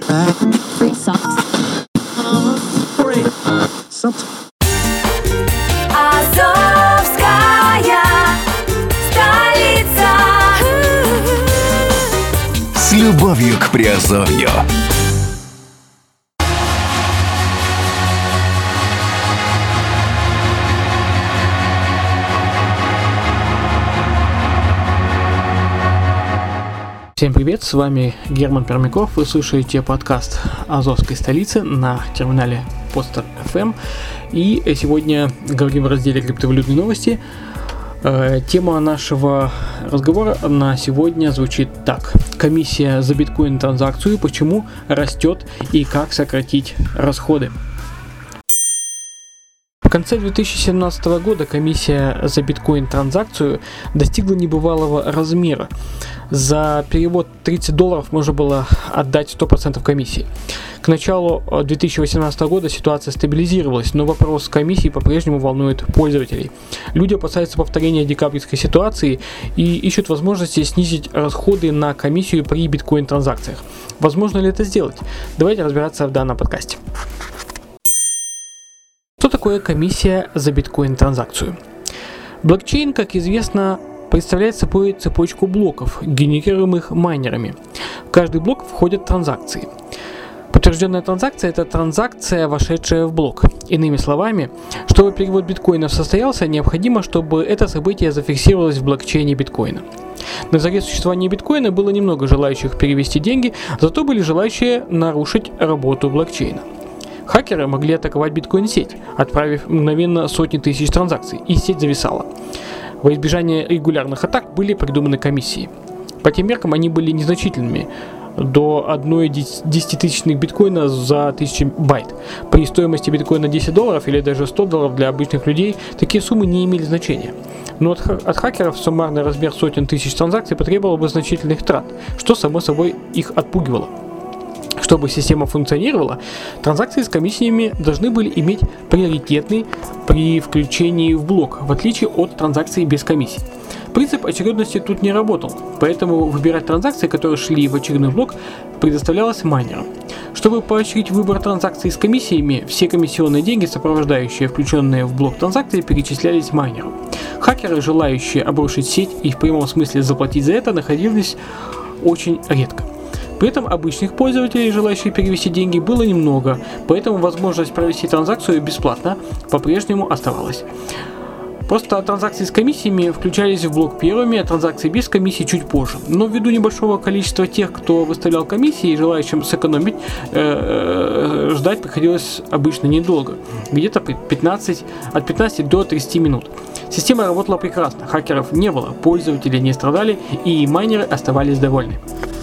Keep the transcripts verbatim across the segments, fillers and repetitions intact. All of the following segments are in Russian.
столица. С любовью к Приазовью. Всем привет, с вами Герман Пермяков, вы слушаете подкаст Азовской столицы на терминале Постер эф эм, и сегодня говорим в разделе криптовалютные новости. Тема нашего разговора на сегодня звучит так: комиссия за биткоин-транзакцию, почему растет и как сократить расходы. В конце две тысячи семнадцатого года комиссия за биткоин-транзакцию достигла небывалого размера. За перевод тридцать долларов можно было отдать сто процентов комиссии. К началу две тысячи восемнадцатого года ситуация стабилизировалась, но вопрос комиссии по-прежнему волнует пользователей. Люди опасаются повторения декабрьской ситуации и ищут возможности снизить расходы на комиссию при биткоин-транзакциях. Возможно ли это сделать? Давайте разбираться в данном подкасте. Что такое комиссия за биткоин-транзакцию? Блокчейн, как известно, представляет собой цепочку блоков, генерируемых майнерами. В каждый блок входят транзакции. Подтвержденная транзакция – это транзакция, вошедшая в блок. Иными словами, чтобы перевод биткоинов состоялся, необходимо, чтобы это событие зафиксировалось в блокчейне биткоина. На заре существования биткоина было немного желающих перевести деньги, зато были желающие нарушить работу блокчейна. Хакеры могли атаковать биткоин-сеть, отправив мгновенно сотни тысяч транзакций, и сеть зависала. Во избежание регулярных атак были придуманы комиссии. По тем меркам они были незначительными, до одной десятитысячных биткоина за тысячу байт. При стоимости биткоина десять долларов или даже сто долларов для обычных людей такие суммы не имели значения. Но от, от хакеров суммарный размер сотен тысяч транзакций потребовал бы значительных трат, что само собой их отпугивало. Чтобы система функционировала, транзакции с комиссиями должны были иметь приоритетный при включении в блок, в отличие от транзакций без комиссий. Принцип очередности тут не работал, поэтому выбирать транзакции, которые шли в очередной блок, предоставлялось майнерам. Чтобы поощрить выбор транзакций с комиссиями, все комиссионные деньги, сопровождающие включенные в блок транзакции, перечислялись майнеру. Хакеры, желающие обрушить сеть и в прямом смысле заплатить за это, находились очень редко. При этом обычных пользователей, желающих перевести деньги, было немного, поэтому возможность провести транзакцию бесплатно по-прежнему оставалась. Просто транзакции с комиссиями включались в блок первыми, а транзакции без комиссии чуть позже. Но ввиду небольшого количества тех, кто выставлял комиссии и желающим сэкономить, э, ждать приходилось обычно недолго, где-то пятнадцать, от пятнадцати до тридцати минут. Система работала прекрасно, хакеров не было, пользователи не страдали и майнеры оставались довольны.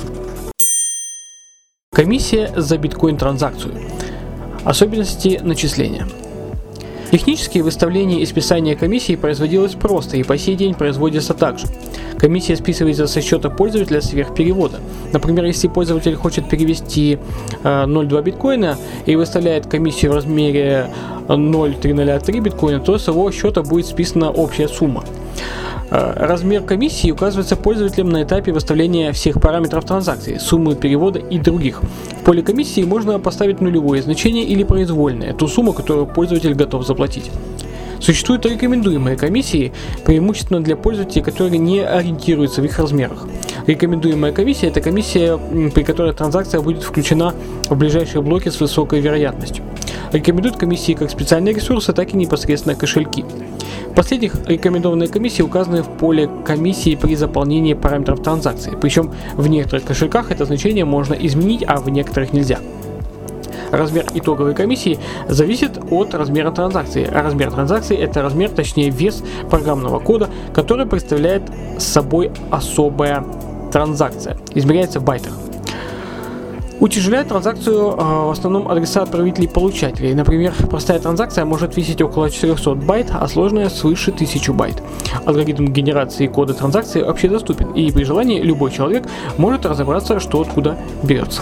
Комиссия за биткоин-транзакцию. Особенности начисления. Технически выставление и списание комиссии производилось просто и по сей день производится так же. Комиссия списывается со счета пользователя сверх перевода. Например, если пользователь хочет перевести э, ноль целых две десятых биткоина и выставляет комиссию в размере ноль целых три ноль три биткоина, то с его счета будет списана общая сумма. Размер комиссии указывается пользователем на этапе выставления всех параметров транзакции, суммы перевода и других. В поле комиссии можно поставить нулевое значение или произвольное, ту сумму, которую пользователь готов заплатить. Существуют рекомендуемые комиссии, преимущественно для пользователей, которые не ориентируются в их размерах. Рекомендуемая комиссия – это комиссия, при которой транзакция будет включена в ближайшие блоки с высокой вероятностью. Рекомендуют комиссии как специальные ресурсы, так и непосредственно кошельки. В последних рекомендованные комиссии указаны в поле комиссии при заполнении параметров транзакции, причем в некоторых кошельках это значение можно изменить, а в некоторых нельзя. Размер итоговой комиссии зависит от размера транзакции, а размер транзакции – это размер, точнее вес программного кода, который представляет собой особая транзакция, измеряется в байтах. Утяжеляет транзакцию э, в основном адреса отправителей и получателей. Например, простая транзакция может весить около четырехсот байт, а сложная свыше тысячи байт. Алгоритм генерации кода транзакции общедоступен, и при желании любой человек может разобраться, что откуда берется.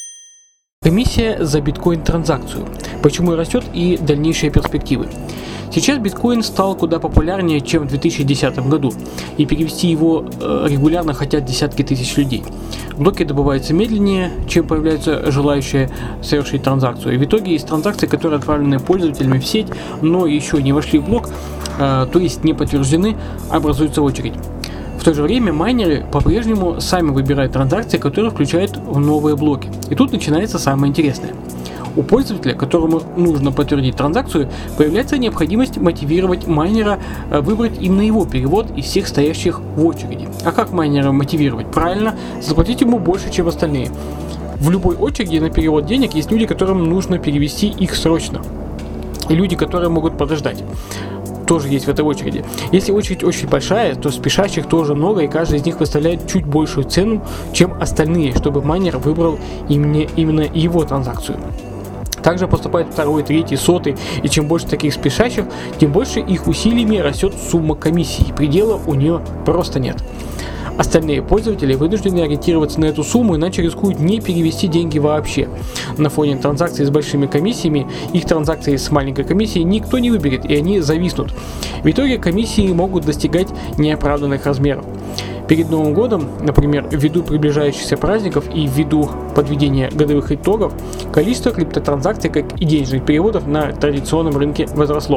Комиссия за биткоин-транзакцию. Почему растет и дальнейшие перспективы. Сейчас биткоин стал куда популярнее, чем в две тысячи десятом году, и перевести его э, регулярно хотят десятки тысяч людей. Блоки добываются медленнее, чем появляются желающие совершить транзакцию. И в итоге из транзакций, которые отправлены пользователями в сеть, но еще не вошли в блок, э, то есть не подтверждены, образуется очередь. В то же время майнеры по-прежнему сами выбирают транзакции, которые включают в новые блоки. И тут начинается самое интересное. У пользователя, которому нужно подтвердить транзакцию, появляется необходимость мотивировать майнера выбрать именно его перевод из всех стоящих в очереди. А как майнера мотивировать? Правильно, заплатить ему больше, чем остальные. В любой очереди на перевод денег есть люди, которым нужно перевести их срочно. И люди, которые могут подождать. Тоже есть в этой очереди. Если очередь очень большая, то спешащих тоже много, и каждый из них выставляет чуть большую цену, чем остальные, чтобы майнер выбрал именно, именно его транзакцию. Также поступает второй, третий, сотый, и чем больше таких спешащих, тем больше их усилиями растет сумма комиссии, предела у нее просто нет. Остальные пользователи вынуждены ориентироваться на эту сумму, иначе рискуют не перевести деньги вообще. На фоне транзакций с большими комиссиями, их транзакции с маленькой комиссией никто не выберет, и они зависнут. В итоге комиссии могут достигать неоправданных размеров. Перед Новым годом, например, ввиду приближающихся праздников и ввиду подведения годовых итогов, количество криптотранзакций, как и денежных переводов на традиционном рынке возросло.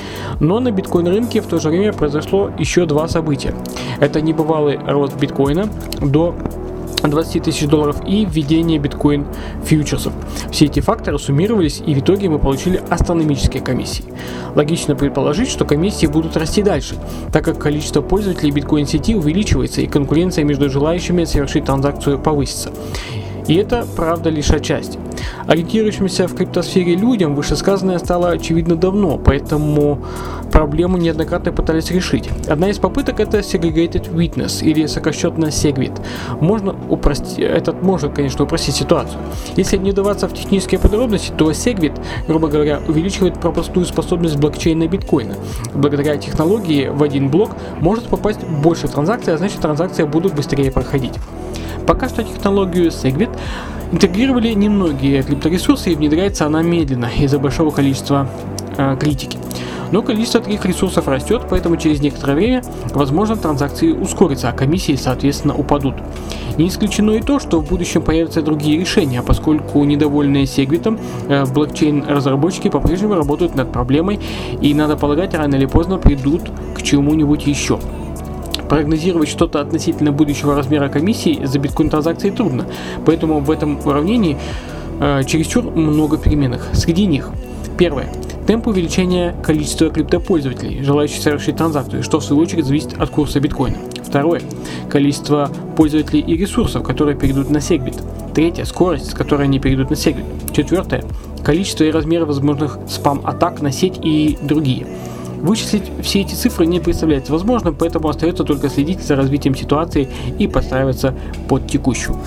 Но на биткоин-рынке в то же время произошло еще два события. Это небывалый рост биткоина до двадцать тысяч долларов и введение биткоин-фьючерсов. Все эти факторы суммировались, и в итоге мы получили астрономические комиссии. Логично предположить, что комиссии будут расти дальше, так как количество пользователей биткоин-сети увеличивается и конкуренция между желающими совершить транзакцию повысится. И это правда лишь отчасти. Ориентирующимся в криптосфере людям вышесказанное стало очевидно давно, поэтому проблему неоднократно пытались решить. Одна из попыток — это Segregated Witness, или сокращенно сегвит. Можно упростить, этот может, конечно, упростить ситуацию. Если не вдаваться в технические подробности, то сегвит, грубо говоря, увеличивает пропускную способность блокчейна биткоина. Благодаря технологии в один блок может попасть больше транзакций, а значит транзакции будут быстрее проходить. Пока что технологию сегвит интегрировали немногие крипторесурсы, и внедряется она медленно из-за большого количества э, критики. Но количество таких ресурсов растет, поэтому через некоторое время, возможно, транзакции ускорятся, а комиссии, соответственно, упадут. Не исключено и то, что в будущем появятся другие решения, поскольку недовольные сегвитом э, блокчейн-разработчики по-прежнему работают над проблемой, и, надо полагать, рано или поздно придут к чему-нибудь еще. Прогнозировать что-то относительно будущего размера комиссии за биткоин-транзакции трудно, поэтому в этом уравнении э, чересчур много переменных. Среди них: первое. Темп увеличения количества криптопользователей, желающих совершить транзакцию, что в свою очередь зависит от курса биткоина. Второе. Количество пользователей и ресурсов, которые перейдут на сегвит. Третье. Скорость, с которой они перейдут на сегвит. Четвертое. Количество и размер возможных спам-атак на сеть и другие. Вычислить все эти цифры не представляется возможным, поэтому остается только следить за развитием ситуации и подстраиваться под текущую.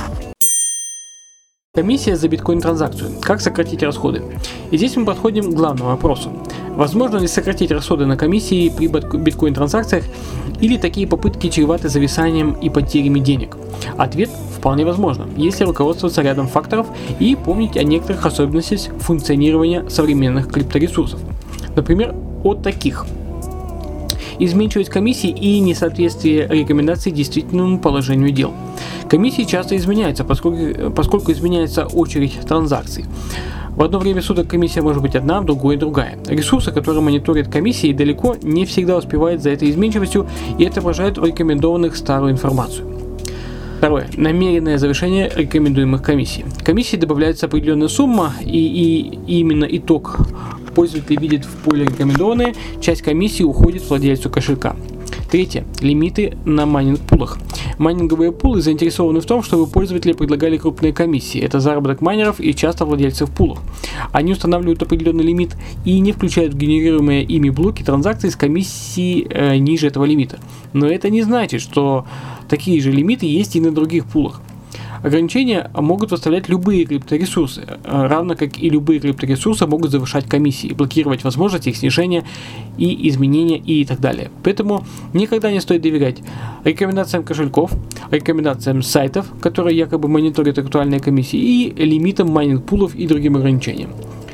Комиссия за биткоин-транзакцию. Как сократить расходы? И здесь мы подходим к главному вопросу. Возможно ли сократить расходы на комиссии при биткоин-транзакциях, или такие попытки чреваты зависанием и потерями денег? Ответ – вполне возможно, если руководствоваться рядом факторов и помнить о некоторых особенностях функционирования современных крипторесурсов. Например, от таких: изменчивость комиссии и несоответствие рекомендаций действительному положению дел. Комиссии часто изменяются, поскольку, поскольку изменяется очередь транзакций. В одно время суток комиссия может быть одна, в другое другая. Ресурсы, которые мониторят комиссии, далеко не всегда успевают за этой изменчивостью и отображают в рекомендованных старую информацию. Второе. Намеренное завышение рекомендуемых комиссий. Комиссии добавляется определенная сумма, и, и, и именно итог пользователь видит в поле «Рекомендованные», часть комиссии уходит владельцу кошелька. Третье. Лимиты на майнинг-пулах. Майнинговые пулы заинтересованы в том, чтобы пользователи предлагали крупные комиссии. Это заработок майнеров и часто владельцев пулов. Они устанавливают определенный лимит и не включают в генерируемые ими блоки транзакций с комиссией э, ниже этого лимита. Но это не значит, что такие же лимиты есть и на других пулах. Ограничения могут выставлять любые крипторесурсы, равно как и любые крипторесурсы могут завышать комиссии, блокировать возможности их снижения и изменения и так далее. Поэтому никогда не стоит доверять рекомендациям кошельков, рекомендациям сайтов, которые якобы мониторят актуальные комиссии, и лимитам майнинг-пулов и другим ограничениям.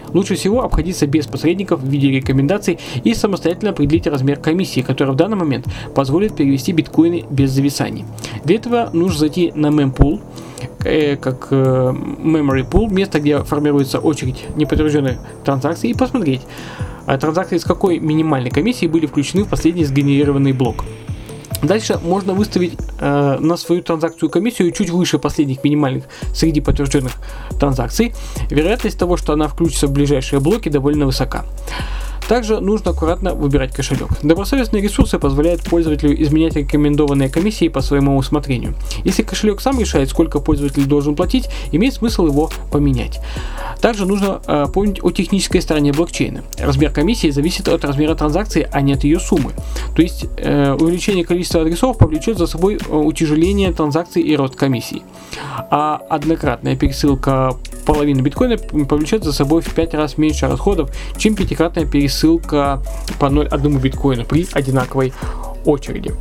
Лучше всего обходиться без посредников в виде рекомендаций и самостоятельно определить размер комиссии, которая в данный момент позволит перевести биткоины без зависаний. Для этого нужно зайти на мемпул, э, как э, memory pool, место, где формируется очередь неподтвержденных транзакций, и посмотреть, э, транзакции с какой минимальной комиссией были включены в последний сгенерированный блок. Дальше можно выставить э, на свою транзакцию комиссию чуть выше последних минимальных среди подтвержденных транзакций. Вероятность того, что она включится в ближайшие блоки, довольно высока. Также нужно аккуратно выбирать кошелек. Добросовестные ресурсы позволяют пользователю изменять рекомендованные комиссии по своему усмотрению. Если кошелек сам решает, сколько пользователь должен платить, имеет смысл его поменять. Также нужно э, помнить о технической стороне блокчейна. Размер комиссии зависит от размера транзакции, а не от ее суммы. То есть э, увеличение количества адресов повлечет за собой э, утяжеление транзакций и рост комиссий. А однократная пересылка половины биткоина повлечет за собой в пять раз меньше расходов, чем пятикратная пересылка по ноль целых одна десятая биткоина при одинаковой очереди.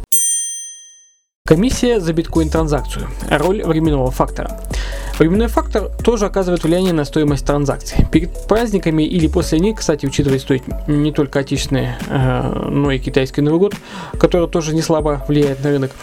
Комиссия за биткоин-транзакцию. Роль временного фактора. Временной фактор тоже оказывает влияние на стоимость транзакций. Перед праздниками или после них, кстати, учитывая, стоит не только отечественный, но и китайский Новый год, который тоже не слабо влияет на рынок.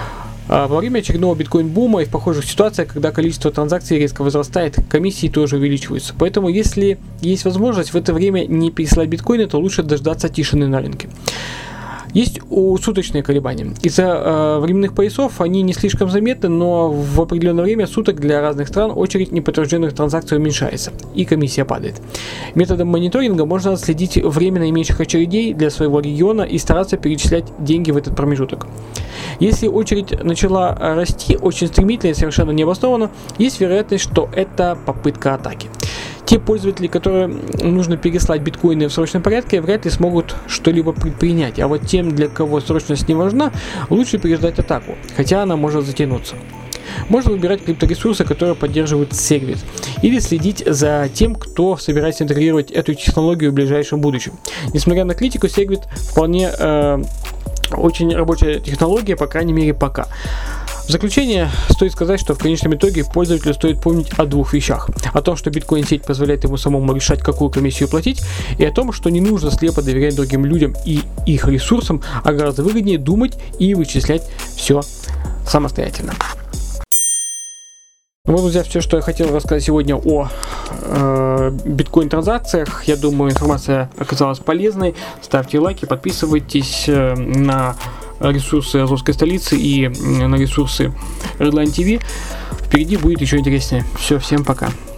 Во время очередного биткоин-бума и в похожих ситуациях, когда количество транзакций резко возрастает, комиссии тоже увеличиваются. Поэтому, если есть возможность в это время не пересылать биткоины, то лучше дождаться тишины на рынке. Есть суточные колебания. Из-за э, временных поясов они не слишком заметны, но в определенное время суток для разных стран очередь неподтвержденных транзакций уменьшается и комиссия падает. Методом мониторинга можно отследить время наименьших очередей для своего региона и стараться перечислять деньги в этот промежуток. Если очередь начала расти очень стремительно и совершенно необоснованно, есть вероятность, что это попытка атаки. Те пользователи, которым нужно переслать биткоины в срочном порядке, вряд ли смогут что-либо предпринять. А вот тем, для кого срочность не важна, лучше переждать атаку, хотя она может затянуться. Можно выбирать крипторесурсы, которые поддерживают Segwit, или следить за тем, кто собирается интегрировать эту технологию в ближайшем будущем. Несмотря на критику, Segwit вполне э, очень рабочая технология, по крайней мере пока. В заключение стоит сказать, что в конечном итоге пользователю стоит помнить о двух вещах. О том, что биткоин-сеть позволяет ему самому решать, какую комиссию платить, и о том, что не нужно слепо доверять другим людям и их ресурсам, а гораздо выгоднее думать и вычислять все самостоятельно. Вот, друзья, все, что я хотел рассказать сегодня о э, биткоин-транзакциях. Я думаю, информация оказалась полезной. Ставьте лайки, подписывайтесь э, на ресурсы Азовской столицы и на ресурсы Redline ти ви. Впереди будет еще интереснее. Все, всем пока.